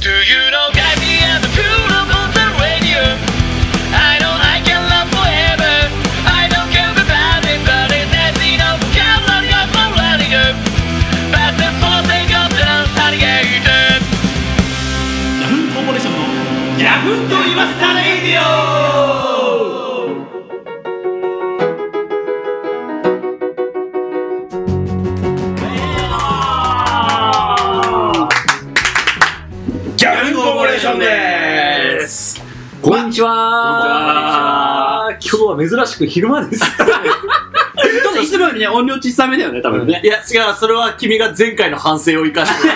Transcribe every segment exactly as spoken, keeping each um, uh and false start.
Do you know got me at the fuel of the radio? I know I can love forever. I don't care about it, but it has enough vocabulary of my radio. But the fourth thing of the alligator. ヤフーコーポレーションのヤフーと言わせたレディオ。 ギャフンコーポレーションです。 こんにちは。今日は珍しく昼間です。 ちょっといつもよりね音量小さめだよね多分ね。 いや違う、それは君が前回の反省を生かして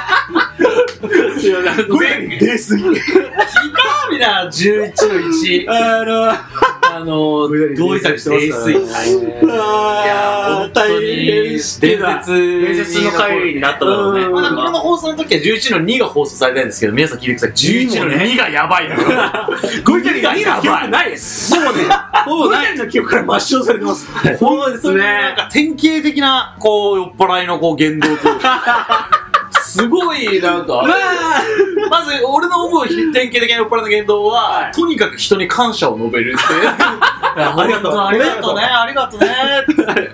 これ出すぎ。 聞いたみたいなじゅういちのいち。 あのあの同意作してますからね。いや本当に伝説伝説の回になっただろうね。まだこれの放送の時はじゅういちのにが放送されたんですけど、皆さん聞いてください。じゅういちのにがやばいのよ。ご意見がやばい。ないです。そうね。 ほぼないの記憶から抹消されてます。 そうですね。なんか典型的なこう酔っ払いのこう言動というか。すごいなんか、まあ、まず俺の思う典型的な酔っ払いの言動は、はい、とにかく人に感謝を述べるってありがとうありがとうねありがとうねって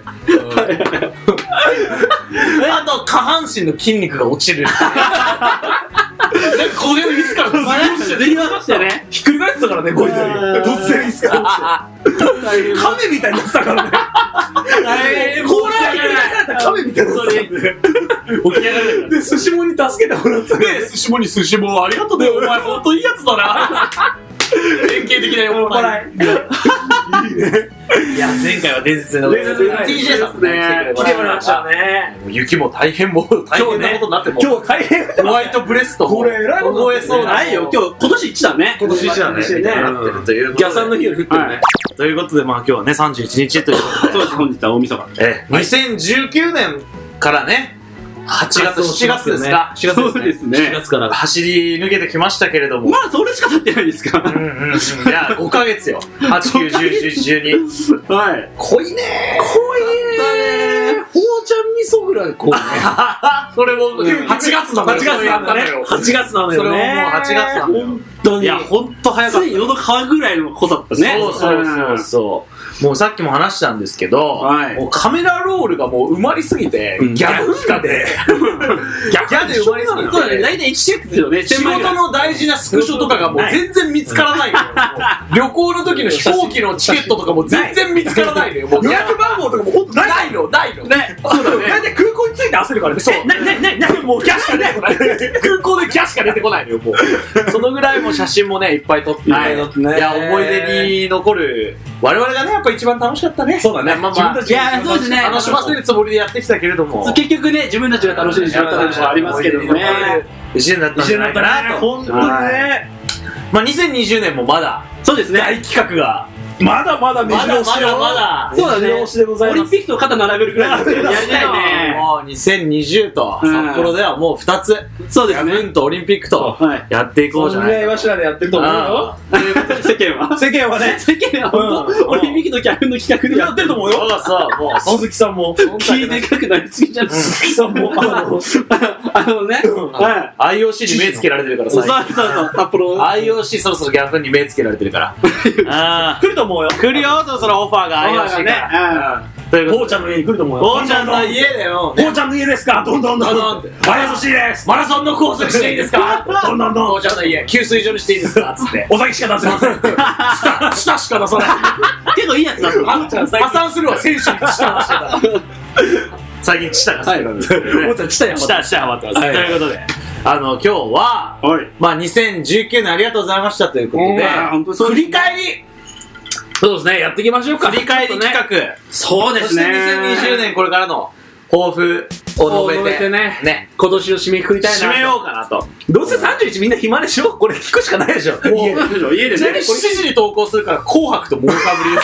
あと下半身の筋肉が落ちるなんかこれを椅子からずり回してねひっくり返ってたからね、こいつ突然椅子から亀みたいになってたからね。これひっくり返された亀みたいになってたからね。 起き上がるで、寿司もに助けてもらったね。 寿司もに寿司もありがとうね、お前ほんといいやつだな。典型的な酔っ払い。いいね。いや、前回は伝説の ティージェー さんね、 来てもらいましたね。 雪も大変もう大変なことになっても、 今日大変ホワイトブレストこれ偉いこと覚えそうないよ。今日今年一だね。 今年一だね。 なってるというギャさんの日より降ってるね。 ということで、まあ今日はねさんじゅういちにちということで、 そうです。本日は大晦日。 ええ、にせんじゅうきゅうねんからね。はちがつ、しちがつですか？しちがつそうですね。 しがつから走り抜けてきましたけれども。 まあ、それしか経ってないですか。 うんうんうん。いや、ごかげつよ。はち、きゅう、じゅう、じゅういち、じゅうに。 はい。 濃いねー。 濃いねー。ほうちゃん味噌ぐらい濃いね。 それも、はちがつなのよ。 はちがつなんだね。はちがつなのよね。 それももうはちがつなのよ。 本当に。 いや、ほんと早かった。 つい喉乾くぐらいの濃さだったね。 そうそうそうそう。もうさっきも話したんですけど、 はい、 もうカメラロールがもう埋まりすぎて、 うん、 ギャグ化でギャグで埋まりすぎて、 そうだね、大体いちケースですよね。 仕事の大事なスクショとかがもう全然見つからないのよ。旅行の時の飛行機のチケットとかも全然見つからないのよ。もう予約番号とかもほんとないの、ないの。ね、そうだね。大体空港に着いて焦るからね。そう。な、な、な、な、もうギャしか出てこない。空港でギャしか出てこないのよ、もう。そのぐらいもう写真もね、いっぱい撮って、いや、思い出に残る、我々がね、やっぱ一番楽しかったね。 そうだね。 まあまあ、 いや、そうですね。 楽しませるつもりでやってきたけれども、 結局ね、自分たちが楽しんでしまったのもありますけどね。 一年だったんじゃないかなと。 本当にね。 まあにせんにじゅうねんもまだ、 そうですね。 大企画が。 まだまだ目白押しよ。 まだまだそうだね。 目白押しでございます。 オリンピックと肩並べるくらいですよ。やりたいね。 もうにせんにじゅうと札幌ではもうふたつ。 そうですね。 ヤフンとオリンピックとやっていこうじゃない。 そんぐらい柱でやってると思うよ。 世間は世間はね。 世間は本当オリンピックとギャフンの企画でやってると思うよ。 そうそう。もう鈴木さんも。 気でかくなりすぎちゃう。 鈴木さんも。 あのね。 アイオーシー に目つけられてるからさ。 そうそうそう。札幌。 アイオーシー そろそろギャフンに目つけられてるから。 ああ。来ると思うよ。 来るよ。そろそろオファーがありましたね。 ということで、坊ちゃんの家に来ると思うよ。 坊ちゃんの家でよ。 坊ちゃんの家ですか？どんどんどんどん。マラソンしていいです。 マラソンのコースにしていいですか？ どんどんどん。 坊ちゃんの家、給水所にしていいですか？つって。 お酒しか出せません。舌しか出さない。 結構いいやつだぞ。 破産するわ、選手に舌出してた。最近舌が好きなんですけどね。 坊ちゃん舌や舌、舌ハマってます。ということで、あの、今日は、まあにせんじゅうきゅうねんありがとうございましたということで、振り返りそうですね、やっていきましょうか。 振り返り企画。 そうですね。 そしてにせんにじゅうねんこれからの抱負を述べてね、 ね、 今年を締めくくりたいな。 締めようかなと。 どうせさんじゅういちみんな暇でしょ？これ聞くしかないでしょ。 家で。家でね。 しちじに投稿するから紅白とモーカブリです。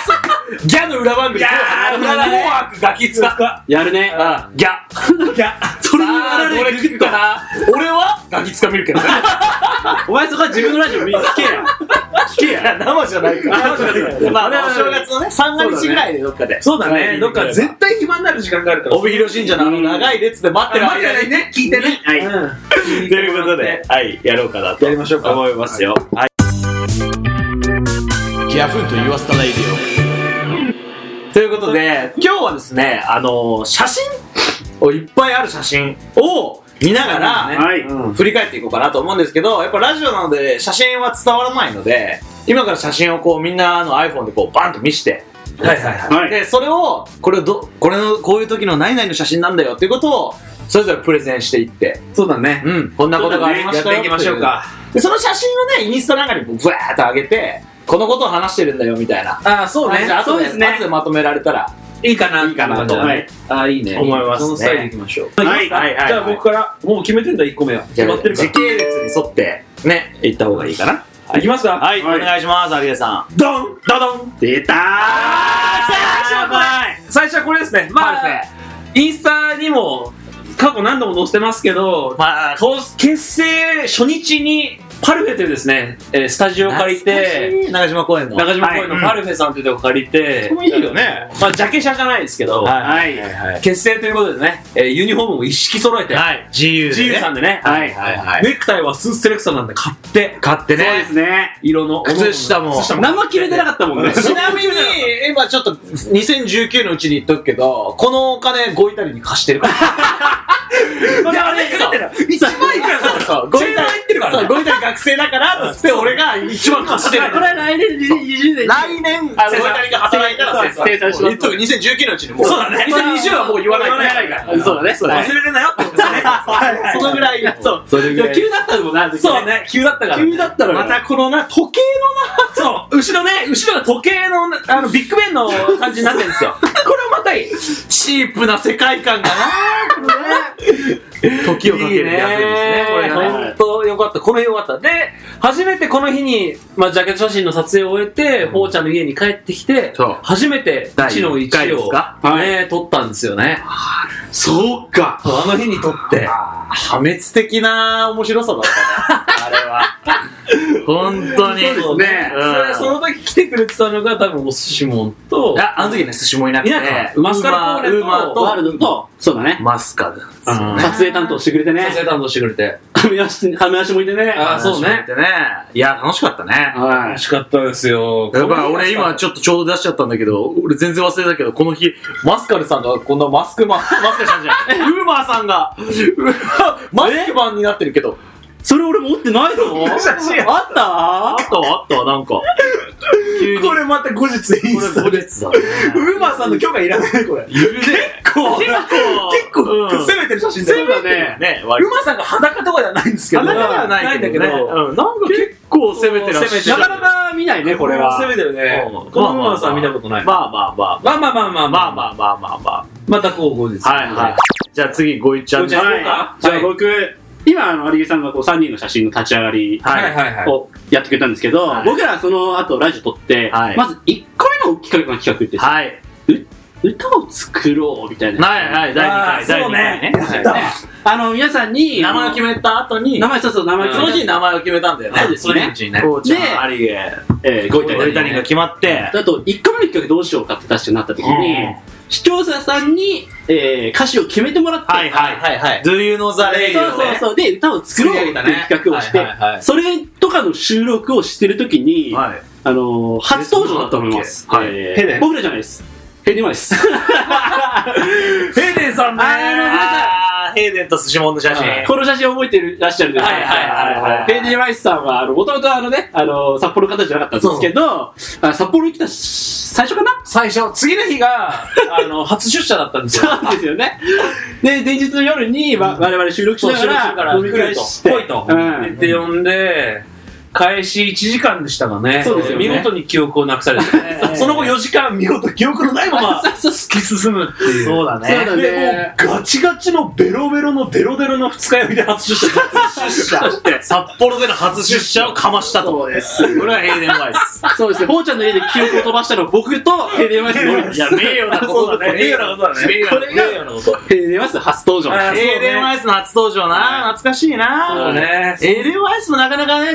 ギャの裏番組。紅白ガキツカ。 やるね。 ギャ。 ギャ。 それ言われるどれ聞くかな。俺はガキツカ見るけどね。 お前そこは自分のラジオ見つけや。 聞けや。生じゃないから。まあ、お正月のね、三が日ぐらいでどっかで。 そうだね。どっか絶対暇になる時間があるから。 帯広神社のあの長い列で待ってる間にね、聞いてね。 はい。ということで、はい、やろうかなと。 やりましょうか。 思いますよ。はい。ヤフーと言わせたらいいよ。ということで、今日はですね、あの、写真をいっぱいある写真を見ながら、はいうん、振り返っていこうかなと思うんですけど、やっぱラジオなので写真は伝わらないので、今から写真をこうみんなの iPhone でこうバンと見して、はいはいはい。で、それを、これをど、これの、こういう時の何々の写真なんだよっていうことを、それぞれプレゼンしていって。 そうだね。 うん。こんなことがありましたよ。 やっていきましょうか。 で、その写真をね、インスタなんかにブワーッと上げて、このことを話してるんだよみたいな。 ああ、そうね。 そうですね。後でまとめられたら。 いいかな、 いいかなと。 はい。ああ、いいね。 思いますね。 そのスタイルでいきましょう。 はい、はい、はい。 じゃあ僕から、もう決めてんだ、いっこめは。決まってるから。 時系列に沿って、ね、行った方がいいかな。 いきますか。 はい、お願いします、有吉さん。 ドンドドン出たー最初はこれ最初はこれですね。まあ、インスタにも、過去何度も載せてますけど、まあ、結成初日に、パルフェというですね、えー、スタジオを借りて、 長島公園の。 長島公園のパルフェさんというとこ借りて、 これもいいよね。 まあ、ジャケ写じゃないですけど、はいはい。結成ということでね、えー、ユニフォームを一式揃えて、 はい。ジーユー で。 ジーユー さんでね、 はいはいはい。 ネクタイはスーツセレクトなんで買って、 買ってね。 そうですね。色の。 靴下も。 何も着れてなかったもんね。 ちなみに、今ちょっとにせんじゅうきゅうのうちに言っとくけど、このお金、ゴイタリに貸してるから。 いや、あれ、いちまんいくらそうそう。ゴイタリ入ってるから。 ゴイタリ学生だから、つって俺がいちまん貸してる。 これは来年にじゅうねん。 来年、ゴイタリが働いたら生産します。にせんじゅうきゅうのうちにもう。 そうだね。 にせんにじゅうはもう言わないから。そうだね。 忘れるなよってことですね。 そのぐらい。 そう。急だったのもな、そうね。急だったから。急だったら。またこのな、時計のな、そう。後ろね、後ろが時計の、あの、ビッグベンの感じになってるんですよ。これもまたいい。 チープな世界観がな、これね。時をかけるやつですね。これほんとよかった。この日よかった。で、初めてこの日に、まあ、ジャケット写真の撮影を終えて、ほうちゃんの家に帰ってきて、初めていちのいちをね、撮ったんですよね。 そうか。 あの日に撮って。 破滅的な面白さだったね。あれは。本当に。 そうですね。その時来てくれてたのが多分お寿司もんと、 あ、あの時ね、寿司もいなくて、 マスカルポーネと、ワールドと、そうだね。 マスカル。 撮影担当してくれてね。撮影担当してくれて。亀足、亀足もいてね。 あ、そうね。いや、楽しかったね。 楽しかったですよ。 やっぱ俺今ちょっとちょうど出しちゃったんだけど、俺全然忘れたけど、この日、マスカルさんが、こんなマスクマン、マスカルさんじゃない、ウーマーさんが、マスクマンになってるけど、 それ俺持ってないの写真あったあったあった、なんか。 これまた後日インスタで。 後日だね。 ウーマーさんの許可いらないね、これ。いるね。結構、結構、攻めてる写真だよ。 攻めてるね。 ウーマーさんが裸とかではないんですけど。 裸ではないんだけど、なんか結構攻めてる。 なかなか見ないね、これは。攻めてるね。このウーマーさん見たことない。 まあまあまあ。 まあまあまあまあまあまあまあまあまあ。 またこう後日。 はいはい。じゃあ次、ごいちゃん。 じゃあ僕、今、あの、有木さんがこうさんにんの写真の立ち上がりをやってくれたんですけど、僕らその後ラジオ撮って、まずいっこめの企画の企画ってはい、 歌を作ろうみたいな。 はいはい、だいにかい、だいにかいね。 あの、皆さんに、 名前を決めた後に、 名前、そうそう、名前その日に名前を決めたんだよね。 そうですね。 こうちゃん、アリゲ、 えー、 ゴイタリンが決まって、 あと、いっこめの企画どうしようかって確かになった時に、視聴者さんに、えー、歌詞を決めてもらって、 はいはいはいはい。Do You Know The Radio そうそうそう。で、歌を作ろうっていう企画をして、それとかの収録をしてるときに、あの、初登場だと思います。 はい。 僕らじゃないです。ヘイデンマです。 ヘイデンさんね。 あー、ヘイデンと寿司モンの写真。 この写真覚えてるらっしゃるんですはいはいはいはい。 ヘイデンマイスさんは、あの、もともとあのね、あの、札幌の方じゃなかったんですけど、札幌に来た最初かな最初。次の日が、あの、初出社だったんですよ。 そうですよね。で、前日の夜に、我々収録しながら、 飲み会して、来いと。言って呼んで、開始いちじかんでしたがね。 そうですよね。 見事に記憶をなくされて、その後よじかん見事記憶のないまま突き進むっていう。 そうだね。 そうだね。もうガチガチのベロベロのデロデロの二日酔いで初出社。初出社して、 札幌での初出社をかましたと。 そうです。 これはヘイデンワイス。 そうですね。ほうちゃんの家で記憶を飛ばしたのは僕とヘイデンワイスのみです。 いや、名誉なことだね。 名誉なことだね。 これがヘイデンワイス初登場。 ヘイデンワイスの初登場な。懐かしいな。 そうね。 ヘイデンワイスもなかなかね、すごい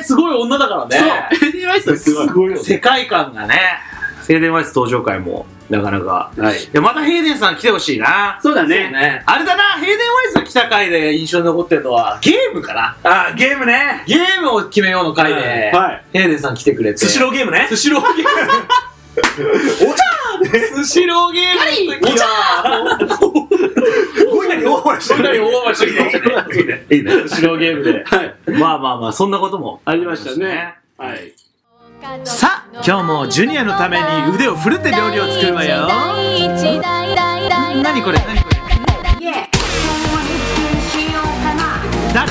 女だからね。 そうヘイデンワイスはすごい。 すごいよ。世界観がね。ヘイデンワイス登場回もなかなか。 はい。 いや、またヘイデンさん来てほしいな。 そうだね。 そうね。あれだな、ヘイデンワイスが来た回で印象に残ってるのは、ゲームかな。 あ、ゲームね。 ゲームを決めようの回で、 はい。 ヘイデンさん来てくれて。 スシローゲームね。 スシローゲーム。お茶スシローゲームの時は、 ごいなに大回りしてそんなに大回りしてきていいね。スシローゲームで。 はい。 まあまあまあ、そんなこともありましたね。はい。 さあ、今日もジュニアのために腕を振るって料理を作るわよ。なにこれ、なにこれ。誰？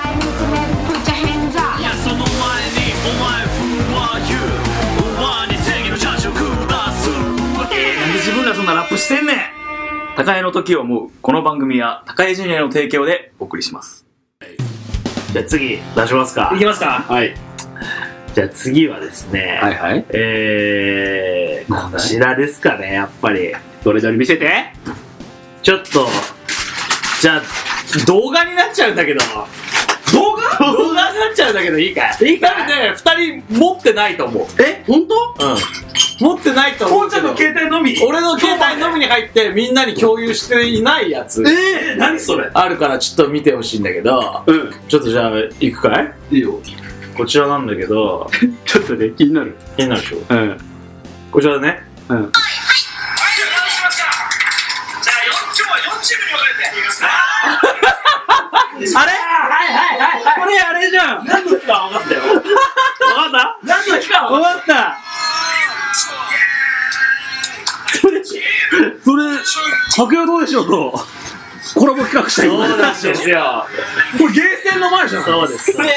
いやその前にお前フは言うお前に正義のチャージを下すなんで自分らそんなラップしてんねん。高江の時を思う。この番組は高江ジュニアの提供でお送りします。 じゃあ次出しますか。 いきますか。 はい。 じゃあ次はですね、 はいはい。 えー、こちらですかね、やっぱり。 どれどれ見せて。 ちょっと、じゃあ、動画になっちゃうんだけど。動画動画になっちゃうんだけどいいかいいいかいね、二人持ってないと思う。 え本当？ うん。持ってないと思う。 こうちゃんの携帯のみ。 俺の携帯のみに入ってみんなに共有していないやつ。 えー、何それ。 あるからちょっと見てほしいんだけど。 うん。 ちょっとじゃあ、行くかい？ いいよ。 こちらなんだけど。 ちょっとね、気になる。 気になるでしょ？ うん。 こちらね。 うん。 はい、どうしますか。じゃあよん、今日はよんチームに分かれていきますか。 あれ？はいはいはいはい。 これあれじゃん。 何の日か分かったよ。分かった何の日か分かっ終わったそれ、それ、白夜どうでしょうとコラボ企画したい。 そうなんですよ。 これゲーセンの前じゃん。 そうです。これ、こ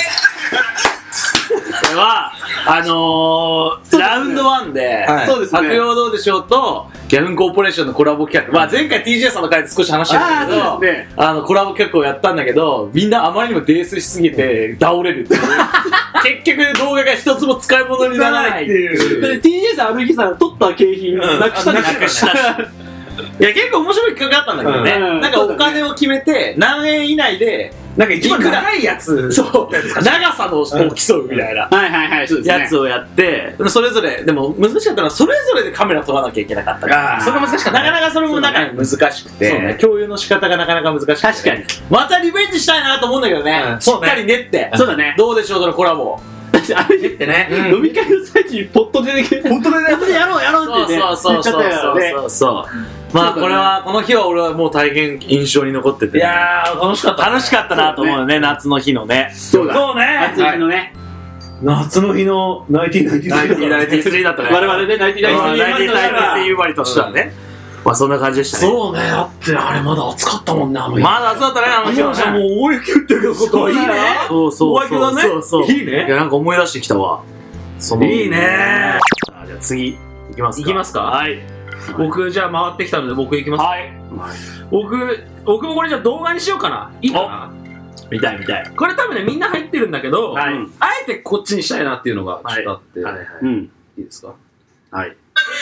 れは、あのー、ラウンドワンで、 はいそうですね。 白夜どうでしょうと、ギャフンコーポレーションのコラボ企画。まあ前回 ティージェー さんの回で少し話したんだけあーど、 そうですねあの、コラボ企画をやったんだけど、みんなあまりにも泥酔しすぎて倒れるっていう。結局動画が一つも使い物にならないっていう。 で ティージェー さん、アルギさん、取った景品、なくしたんですよ。 いや、結構面白い企画だったんだけどね。 うんなんかお金を決めて、何円以内で、 なんか一番長いやつ。 そう、長さのを競うみたいな。 はいはいはい、そうですね。 やつをやって、それぞれ、でも難しかったのは、それぞれでカメラ撮らなきゃいけなかったから、 あーそれが難しかったねなかなかそれもなんか難しくそうて、 ね共有の仕方がなかなか難しくて。 確かに。 またリベンジしたいなと思うんだけどねう。んしっかり練って。 そうだね。 どうでしょう、そのコラボ。 あれってね、飲み会の最中にポット出てきて、 本当だね。 ポットでやろうやろうってね、 そうそうそう言っちゃったよね。 そうそう。まあこれは、この日は俺はもう大変印象に残ってて。 いやー、楽しかった。 楽しかったなと思うよね、夏の日のね。 そうだ。 そうね。 夏日のね、 夏の日のナインティナインティナインティナインティスリーだったね。 我々ね、ナインティナインティスリーナインティナインティスリー呼ばれとしてはね。まあそんな感じでしたね。 そうね。だってあれまだ暑かったもんね、あの日。 まだ暑かったね、あの日はね。 もう大雪降ってるけど、ことはいいね。 そうそうそう。 お相手だねそうそう。 いいねいや、なんか思い出してきたわ。そのいいね。 じゃあ次、いきますか。 いきますか。 はい。 僕、じゃあ回ってきたので僕いきます。 はい。 僕、僕もこれじゃあ動画にしようかな。いいかな。 見たい見たい。 これ多分ね、みんな入ってるんだけど、 はいあえてこっちにしたいなっていうのがちょっとあって。 はいはい。 うん。 いいですか。 はい。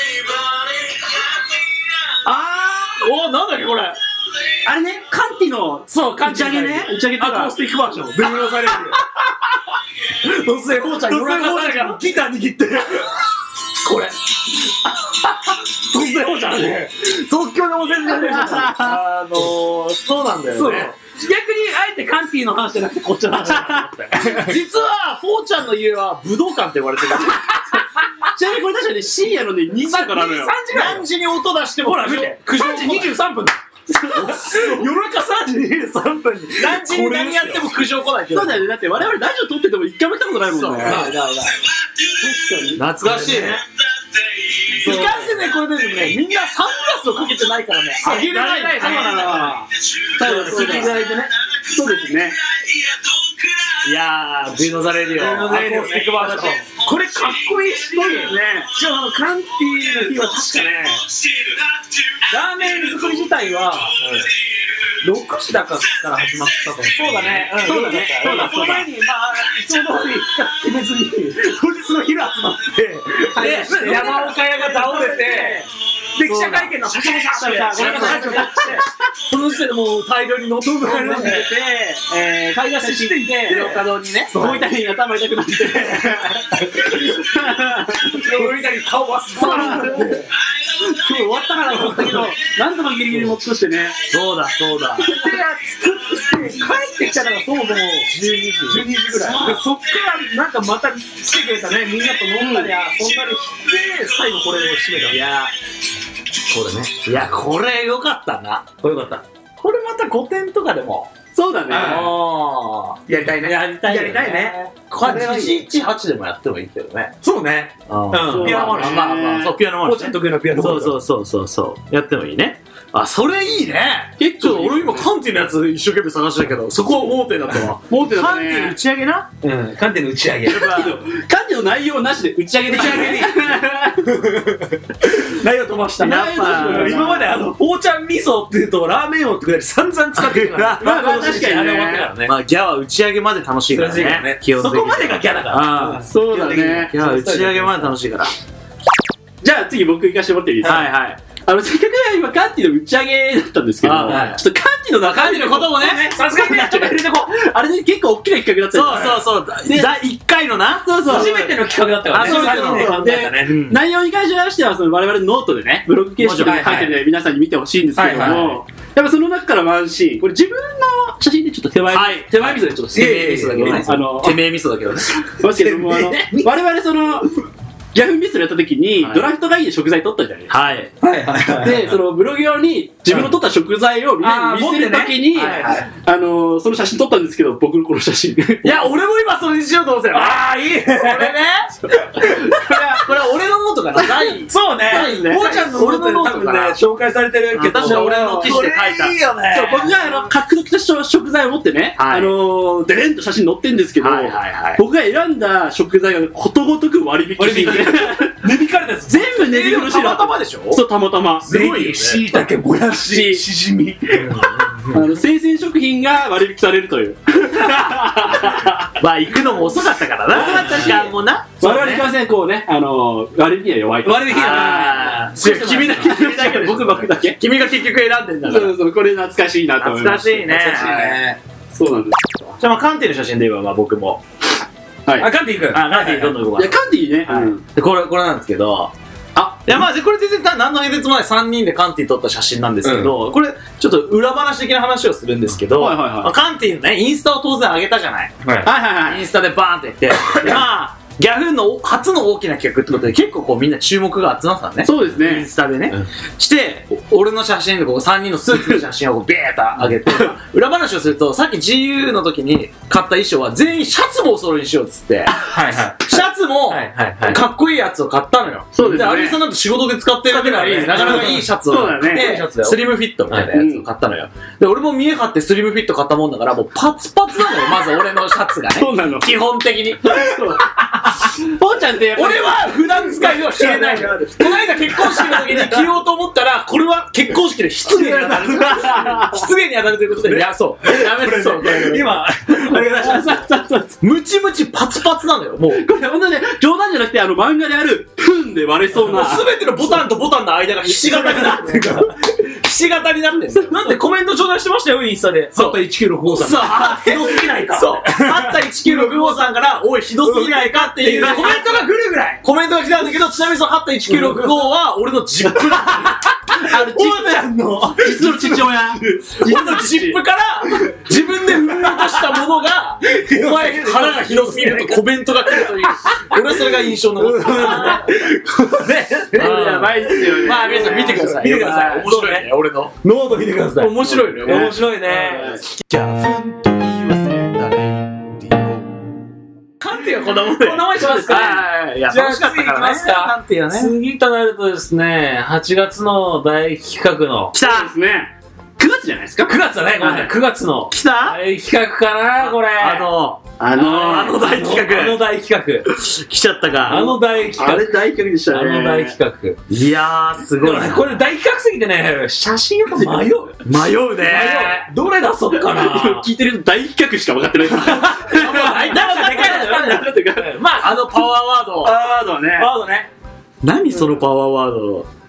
あおー、なんだっけこれ。 あれね、カンティの、 そう、 打ち上げね、打ち上げとかアコース。ティックバージョン。ベルロされる。突然、こうちゃん、 突然こうちゃんがギター握って。これ。突然、こうちゃんね、即興で教えてくれる。 あのー、そうなんだそう。 よね。 逆に、あえてカンティの話じゃなくて、こっちの話だと思って。 実は、フォーちゃんの家は武道館って言われてる。 ちなみにこれ確かに深夜のね、にじとかなのよ。 さんじぐらい。 何時に音出しても、 ほら、見て。さんじにじゅうさんぷんだ。夜中さんじにじゅうさんぷんに。 何時に何やっても苦情来ないけど。 そうだよね、だって我々ラジオ撮ってても一回も来たことないもんね。 そうないないない。懐かしいね。いかんせんね、これでね、みんなサングラスをかけてないからね、あげれない。 そうだな。最後聞いていただいてね。 そうですね。 いやー、ブイノザレディオ。 ブイノザレディオアコースティックバージョン。 これかっこいいし、 そうですね。 しかもあのカンティの日は確かね、ラーメン作り自体はろくじだかから始まったと思う。 そうだね。 そうだね。 そうだ、その前に、まあ、いつも通り決めずに、当日の昼集まって、 で、山岡屋が倒れて、 で記者会見のシャシャシャシャシャごめんなさいってその時点でもう大量にノートブックを飲んでて、えー、買い出ししていて両角にね大分に頭痛くなって大分に顔真っ青になって今今日終わったからと思ったけどなんとかギリギリ持ち越してね。 そうだそうだで作って帰ってきたのがそもそもじゅうにじじゅうにじぐらいでそっからなんかまた来てくれたねみんなと飲んだり遊んだりして最後これを締めた。いやこれねいやこれよかったなこれよかったこれまたごてんとかでもそうだね。 ああやりたいねやりたいやりたいねこれいちいちはちでもやってもいいけどねそうねうんピアノもあるしまあまあそうピアノもあるし得意のピアノそうそうそうそうそうやってもいいねあ、それいいね結構俺今カンティのやつ一生懸命探したけどそこは盲点だったわ盲点だったね。 カンティの打ち上げなうんカンティの打ち上げカンテの内容なしで打ち上げで打ち上げで内容飛ばしたやっぱ今まであのおーちゃん味噌っていうとラーメン王ってくらい散々使ってるからまあまあ確かにねあれ終わってからねまあギャは打ち上げまで楽しいからねそこまでがギャだからそうだねギャは打ち上げまで楽しいからじゃあ次僕行かしてもらっていいですか。 はいはいあのせっかく今カンティの打ち上げだったんですけど、 はいちょっとカンティの中身のこともねさすがにねあれで結構大きな企画だったそうそうそうでだいっかいのなそうそう初めての企画だったからねそうさんにんで考えたねで内容に関しましてはその我々のノートでねブログ形式で書いてて皆さんに見てほしいんですけども、 はいはいはいやっぱその中からワンシーンこれ自分の写真でちょっと手前、 はい手前味噌でちょっとてめえ味噌だけどねあのてめえ味噌だけどねますけどもあの我々そのギャフンミストやった時に、 はいドラフト会議で食材取ったじゃないですか。 はいはいはいで、そのブログ用に自分の撮った食材をみんなに見せるときに、 あー持ってねはいはいあのー、その写真撮ったんですけど、僕のこの写真。 いや俺も今それにしようと思ってたよああいいこれねこれはこれは俺のノートかなないそうねないですねおーちゃんのノートで多分ね紹介されてるけど確かに俺の記事で書いた。 これいいよねそう、僕があの、獲得した食材を持ってね、 はいあのー、でれんと写真載ってんですけど、 はいはいはい僕が選んだ食材がことごとく割引割引値引かれたやつ全部値引きのたまたまでしょそう、たまたま。すごいよね。 しいたけもやししじみあの生鮮食品が割引されるという。 まあ行くのも遅かったからな遅かったし時間もな我々に関してはこうね、あのー、割引には弱いと。 割引だそう君だけ、君だけ、僕僕だけ。 君が結局選んでんだからそうそう、これ懐かしいなと思い懐かまし。 したいね懐かしいねそうなんです。 じゃあまあカンティの写真で言えばまあ僕もはい。 あカンティ行くあカンティどんどん行こういや、カンディね。 かうんでこれこれなんですけどあいやまあこれ全然何の演説もないさんにんでカンティ撮った写真なんですけど、これちょっと裏話的な話をするんですけど、 はいはいはいまあカンティのねインスタを当然上げたじゃない、 はいはいはい。 インスタでバーンって言ってでまあギャフンの初の大きな企画ってことで結構こうみんな注目が集まってたのねインそうですね。 スタでね、してお俺の写真でこうさんにんのスーツの写真をこうビーッと上げて裏話をするとさっき ジーユー の時に買った衣装は全員シャツもお揃いにしようっつってはいはい。 シャツもはいはいはいかっこいいやつを買ったのよ。 そうですね有吉さんなんて仕事で使ってるぐらいなかなかいいシャツをそうだね買っていいシャツだよスリムフィットみたいなやつを買ったのよ。で俺も見え張ってスリムフィット買ったもんだからもうパツパツなのよまず俺のシャツがねそうなの。 基本的にそう。ポーちゃんってやっぱり俺は普段使いでは着れないのよこの間結婚式の時に着ようと思ったらこれは結婚式で失礼に当たる失礼に当たるということでいやそうやめてそう今、ありがとうございます。 そうそうそうそう。 ムチムチパツパツなのよもうこれ本当にね、冗談じゃなくて、あの漫画である、ふんで割れそうな。 すべてのボタンとボタンの間がひし形になってるからひし形になってるんですよなんでコメント頂戴してましたよ、インスタで。 そうあといちきゅうろくごさん。 そうひどすぎないかそうあったいちきゅうろくごさんからおいひどすぎないかっていうコメントが来るぐらいコメントが来たんだけどちなみにそのはったいちきゅうろくごは俺のジップだあの、ちゃんの、実の父親。 俺のジップから自分で踏み落としたものがお前腹がひどすぎるとコメントが来るという俺はそれが印象に残ってるやばいっすよね。 まあ皆さん見てください見てください面白いね俺のノート見てください。 面白いね面白いね。 カンティはこんなもんだよこんなもんしますかはいいやじゃあ楽しかったからね次行きますかカンティはね次となるとですね、はちがつの大企画の。 来たですね。くがつじゃないですか。 くがつだね、ごめんなさい。くがつの来た大企画かな、これ。 あのあのあの大企画あの大企画。 来ちゃったかあの大企画。 あれ大企画でしたね。 あの大企画。 いやーすごいでもね、これ大企画すぎてね、写真やっぱ迷う。 迷うね迷う。どれ出そうかな。 聞いてると大企画しか分かってない。 大体まあ、 あのパワーワードあードはね。 ワードね。 何そのパワーワード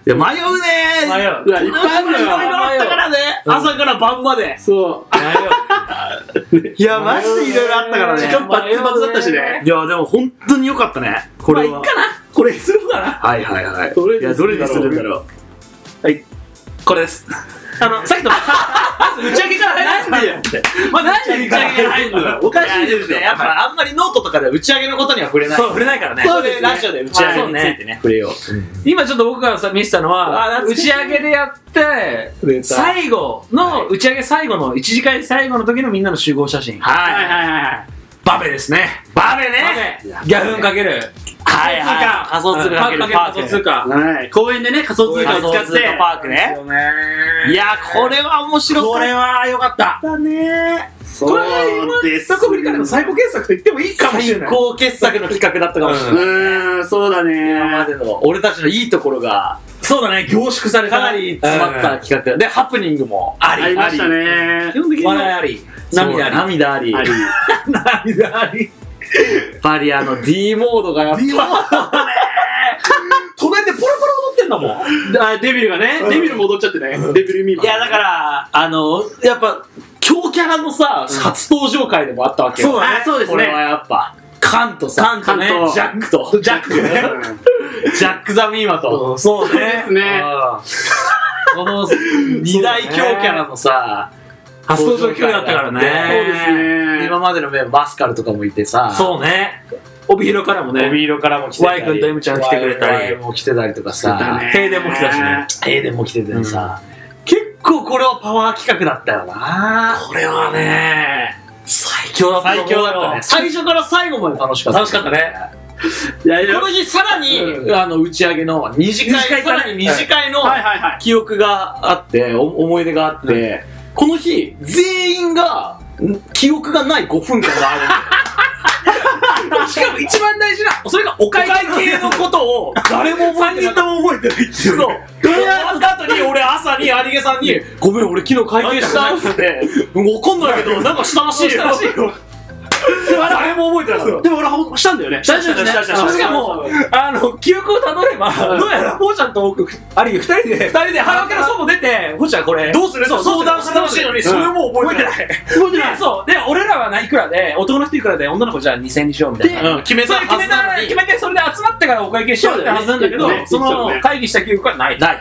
いや、迷うねー。 迷う。 うわいっぱいあるのよ。 いろいろあったからね。朝から晩まで。 そう。 いや、マジでいろいろあったからね。 時間バツバツだったしね。 いや、でも本当に良かったね。これは。 まあいいかな。これにするかな。 はいはいはい。 どれいや、どれにするんだろう。 はい。これです。あの、さっきの、まず打ち上げから入るんだよって。まず打ち上げから入るのよ。おかしいですよ。 やっぱあんまりノートとかで打ち上げのことには触れない。 そう、触れないからね。 そうで、ラジオで打ち上げについてね、触れよう。 今ちょっと僕がさ見せたのは、打ち上げでやって最後の打ち上げ最後の一次会最後の時のみんなの集合写真。 はいはいはいはい。 バベですね。 バベね。 ギャフンかけるはいはい。仮想通貨かけるパーク。 仮想通貨。 はい。公園でね、仮想通貨を使って。 仮想通貨パークね。いや、これは面白かった。 これは良かった。 だね。 そうですね。 今、振り返ると最高傑作と言ってもいいかもしれない。 最高傑作の企画だったかもしれない。 うーん、そうだね。 今までの俺たちのいいところが、 そうだね、凝縮された。 かなり詰まった企画で、ハプニングもあり。 ありましたね。 基本的に笑いあり。 涙あり。涙あり。 涙あり。 やっぱりあの D モードがやっぱ。D モードね。 隣でポロポロ踊ってんだもん。 あ、デビルがね、デビル戻っちゃってね。デビルミーマン。 いやだから、あの、やっぱ、強キャラのさ、初登場回でもあったわけよ。 そうだね。 そうですね。 これはやっぱ、カンとさ、 カンとね、 ジャックと、 ジャックね。 ジャック・ザ・ミーマと。 そうそうですね。 この二大強キャラのさ、 初登場級だったからね。 そうですね。 今までのメンバー、マスカルとかもいてさ、 そうね。帯広からもね。 帯広からも来てたり。 ワイ君と M ちゃん来てくれたり。 ワイも来てたりとかさ、 平電も来たしね。 平電も来てたりさ、結構これはパワー企画だったよな。 これはね、最強だった。 最強だったね。最初から最後まで楽しかった。 楽しかったね。 いやいやこの日さらに、うん、あの打ち上げの二次会、さらに二次会の記憶があって、お思い出があって、うん、この日全員が記憶がないごふんかんがあるんだよ。 しかも一番大事な、それがお会計のことを誰も覚えてない。さんにんとも覚えてないっていう。 そう。終わった後に俺朝に有毛さんに、ごめん俺昨日会計したっつって、わかんないけどなんかしたらしいよ。誰も覚えてなかった。 でも俺したんだよね。 したしたしたした。しかも、あの、記憶をたどれば、どうやら、ほうちゃんと僕、あるいは二人で、二人でカラオケの外出て、ほうちゃんこれ、 どうする相談したらしいのに、それも覚えてない。 覚えてない。そう。で、俺らはいくらで、男の人いくらで、女の子じゃあにせんにしようみたいな。 決めたはずなのに。 決めて、それで集まってからお会計しようってはずなんだけど、その会議した記憶はない。 ない。ない。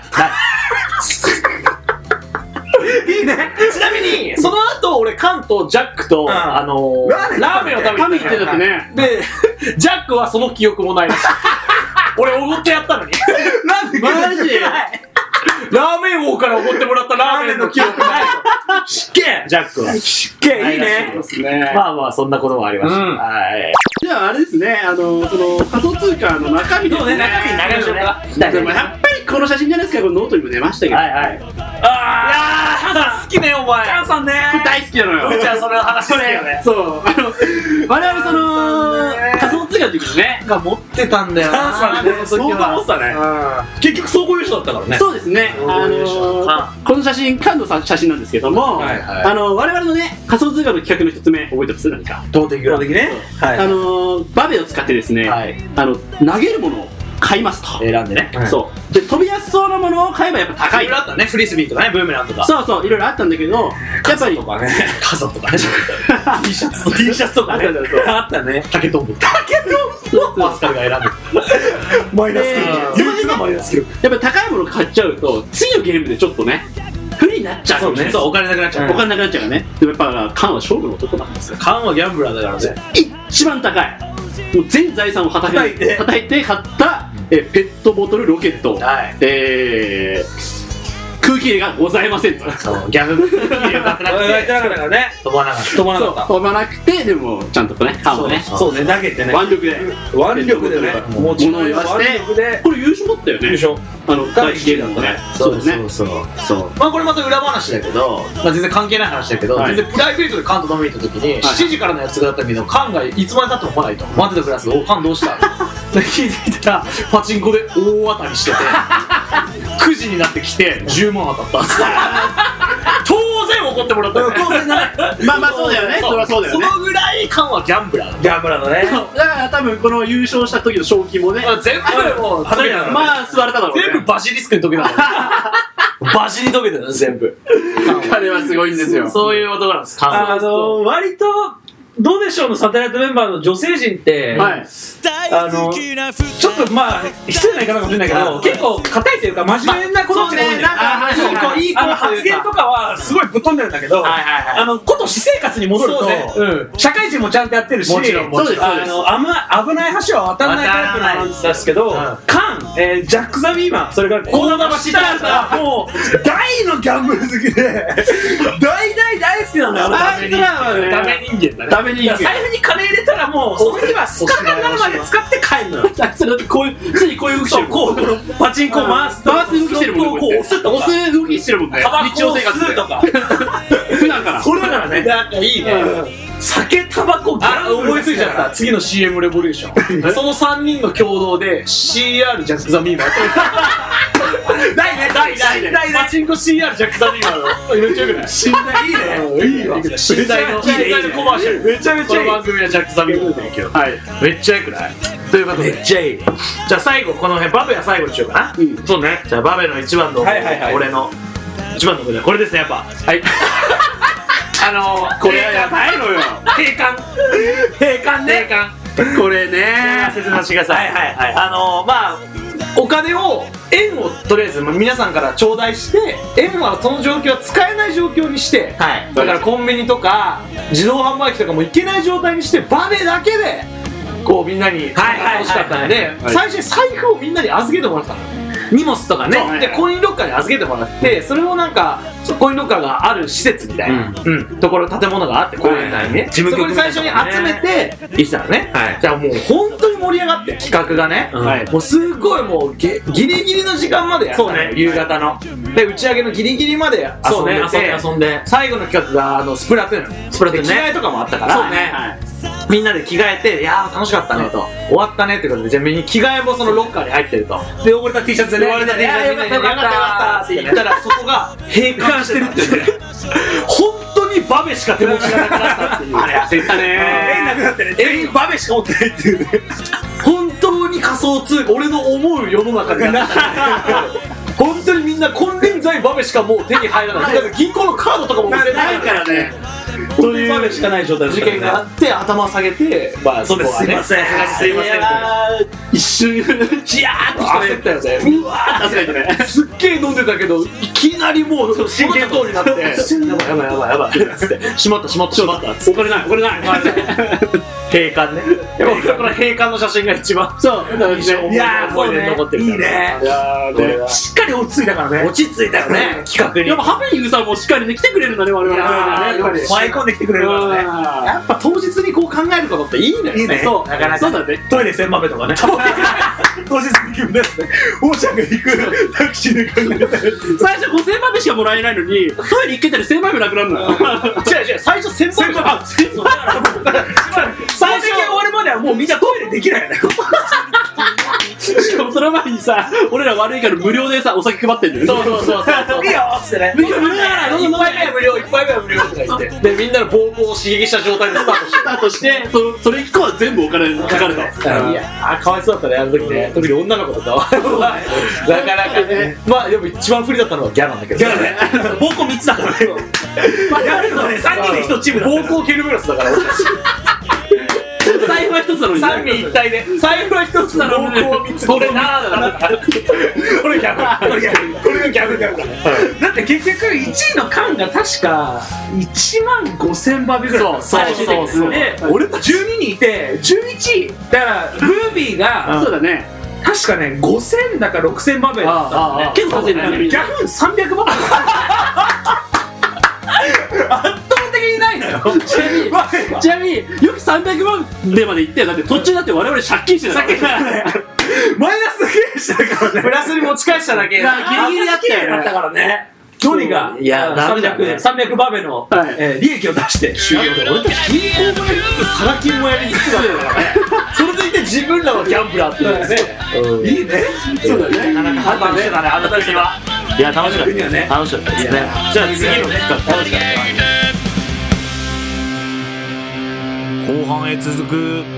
いいね。 ちなみに、その後、俺、カンとジャックと、あの、ラーメンを食べ神ってだってね。 で、ジャックはその記憶もないらしい。俺、おごってやったのに。 なんでマジラーメン王からおごってもらったラーメンの記憶ない。しっけジャックは。 しっけいいね。 まあまあ、そんなこともありました。はい。 じゃあ、あれですね、あの、その、仮想通貨の中身ですね。 中身流しとか。 でもやっぱりこの写真じゃないですか、このノートにも出ましたけど。 はいはい。あー、カンさん好きね、お前。 カンさんね。 大好きなのよ。 じゃあ、それの話好きよね。 そう。あの、我々その、仮想通貨の時にね、 が持ってたんだよな。 カンさんね、相当持ってたね。結局総合優勝だったからね。 そうですね。あの、この写真、カンの写真なんですけども、あの、我々のね、仮想通貨の企画の一つ目、覚えてます何か。 動的動的ね。 あの、バベを使ってですね、あの、投げるものを買いますと。 選んでね。 そう。で、飛びやすそうなものを買えばやっぱ高い。 いろいろあったね。フリスビーとかね、ブーメランとか。 そうそう、いろいろあったんだけど、やっぱり。 とかね。 傘とかね。T シャツ。 T シャツとかね。あったね。 竹とんぼ。竹とんぼマスカルが選んでマイナスキル。唯一のマイナスキル。 やっぱり高いもの買っちゃうと、次のゲームでちょっとね、不利になっちゃうそうね。そう、お金なくなっちゃう。 お金なくなっちゃうからね。でもやっぱ、カンは勝負の男なんですよ。 カンはギャンブラーだからね。 一番高い。もう全財産をはたいて、叩いて買ったえペットボトルロケット、 はい、 えー、空気入れがございませんと。 そう、ギャグ空気入れが買ってなくて、 やってなかったからね。 飛ばなかった。 飛ばなかった。飛ばなくて、でもちゃんとね、缶をね、 そうね、投げてね。 腕力で、 腕力でね、 持ち物を言わして、これ優勝だったよね。優勝。あのだいいちゲームだったね。 そうですね。そうそう。まあこれまた裏話だけど、まあ全然関係ない話だけど、全然プライベートでカンと飲みに行った時にしちじからの約束だったけど、カンがいつまで経っても来ないと。待ってたクラス、おカンどうした？聞いてみたらパチンコで大当たりしてて、くじになってきてじゅうまん当たった。当然怒ってってもらったよね。 当然だね。 まあまあそうだよね。そりゃそうだよね。 そのぐらい感はギャンブラーギャンブラーのね。 だから多分この優勝した時の賞金もね、 全部もうはたりだからまあ座れただろうね。 全部バジリスクに溶けたの。バジに溶けてるの全部。 彼はすごいんですよ。 そういう男なんです。 あの割とどうでしょうのサテライトメンバーの女性陣って、 はい、 あのちょっとまあ失礼な言い方かもしれないけど、結構硬いというか真面目な子たちが多いんだよ。なんかいい子発言とかはすごいぶっ飛んでるんだけど、あのこと私生活に戻ると社会人もちゃんとやってるし、 もちろんもちろんあの危ない橋は渡らないタイプなんですけど、カン、えー、ジャック・ザ・ビーマン、それからコーナー橋ターもう大のギャンブル好きで大大大好きなんだよ。 あいつらはねダメ人間だね。 ダメ人間。 財布に金入れたらもうその日はスカカになるまで使って帰るのよ。 それだってこういうついこういう動きしてるこうこのパチンコ回す回す動きしてるもんね。 こう押すとか押す動きしてるもんね。 タバ日コを吸常生活でうとか普段からそれだからね。 なんかいいね。 酒タバコギあ、 ャンブル思いついちゃった。次の シーエム レボリューション。そのさんにんの共同で シーアール ジャック・ザ・ミーマー。 ないねないないね。パチンコ シーアール ジャック・ザ・ミーマーの。めっちゃよくない？ 死んだいいね。 いいわ。寝台のコマーシャル。 めちゃめちゃいい。 この番組はジャック・ザ・ミーマーでけど。 はい。 めっちゃよくない？ということで。めっちゃいい。じゃあ最後この辺バベは最後にしようかな。 そうね。 じゃあバベの一番の俺の一番のこれこれですねやっぱ。はい。あのー、 これはやばいのよ。 閉館閉館ね。閉館。 これね。 説明してください。はいはいはい。あのー、まあお金を円をとりあえず皆さんから頂戴して円はその状況は使えない状況にして、はい、だからコンビニとか自動販売機とかも行けない状態にしてバベだけでこうみんなに欲しかったので最初に財布をみんなに預けてもらったの。荷物とかね、でコインロッカーに預けてもらって、それをなんかコインロッカーがある施設みたいな、うんうん、ところ建物があって公園内にね、そこに最初に集めて行ってたのね、はい、じゃあもう本当に盛り上がって企画がね、はい、もうすごいもうギリギリの時間までやったの、ね、夕方ので打ち上げのギリギリまで遊んでて、ね、遊んで最後の企画があのスプラトゥーンスプラトゥーン、ね、着替えとかもあったから、そうね、はい、みんなで着替えて、いやー楽しかったねと、終わったねってことで、じゃあみんな着替えもそのロッカーに入ってると、で汚れた T シャツでね、汚れた T シャツでね、よかったよかったって言ったらそこが閉館してるってね本当にバベしか手持ちがなくなったっていうあれ焦ったねー、なくなってね、全員バベしか持ってないっていうね本当に仮想通貨俺の思う世の中でな本当にみんな金輪際バベしかもう手に入らない、だから銀行のカードとかも持ってないからね、 本当にバベしかない状態で事件があって頭下げて、まあそうです、すいませんすいません一瞬ジヤーッと焦ったよね、うわーって焦ってね、すっげー飲んでたけどいきなりもう真剣闘になってやばいやばいやばいやばいっつってしまったしまったしまったっつってお金ないお金ない閉館ね、この閉館の写真が一番そういやー思い出に残ってるから、いいね、いやーしっかり落ち着いたからね、 落ち着いたよね企画に、 やっぱハプニングさんもしっかりね来てくれるんだね我々はね、 舞い込んできてくれるからね、 やっぱ当日にこう考えることっていいんだよね、いいね、 そうなかなかそうだね、 トイレせんまんべとかね当日に気分ですね、おーちゃんが行くタクシーで考えたやつ最初ごせんまんべしかもらえないのにトイレ行けたらせんまんべなくなるのよ違う違う最初せんまんべあせんまんべ最初終わるまではもうみんなトイレできないのよしかもその前にさ俺ら悪いから無料でさお酒配ってんだよね、 そうそうそうそういいよっつってね、 無料無料だからいっぱい目は無料いっぱい目は無料とか言ってでみんなの膀胱を刺激した状態でスタートしてスタートしてそそれ以降は全部お金かかると、 いやーかわいそうだったねあの時ね、特に女の子だったわなかなかね、まあでも一番不利だったのはギャラだけど、 ギャラね膀胱みっつだからねやるとねさんにんでいちチームだ膀胱ケルベロスだから財布は一つなのに三位一体で財布は一つなのにこれなーだからこれ逆これ逆これが逆だからだって結局いちいの缶が確かいちまんごせんバビぐらいだったそうそうそうで俺たちじゅうににんいてじゅういちいだからムービーがそうだね確かねごせんだかろくせんバベだったのね、 結構稼いでるギャフンさんびゃくバベ圧倒的にないのよちなみにちなみによくさんびゃくまんべまでいってだって途中だって我々借金してたからマイナスゲーしたからねプラスに持ち返しただけギリギリだったよねだったからね距離がいやダメだねさんびゃくバベの、はいえー、利益を出して終了で俺たち銀行もやりつつサラ金もやりつつだからねそれでいて自分らはギャンブラーっていうね、 いいねそうだねなかなか判断してたねあの時はいや楽しかったね楽しかったですねじゃあ次の企画楽しかった後半へ続く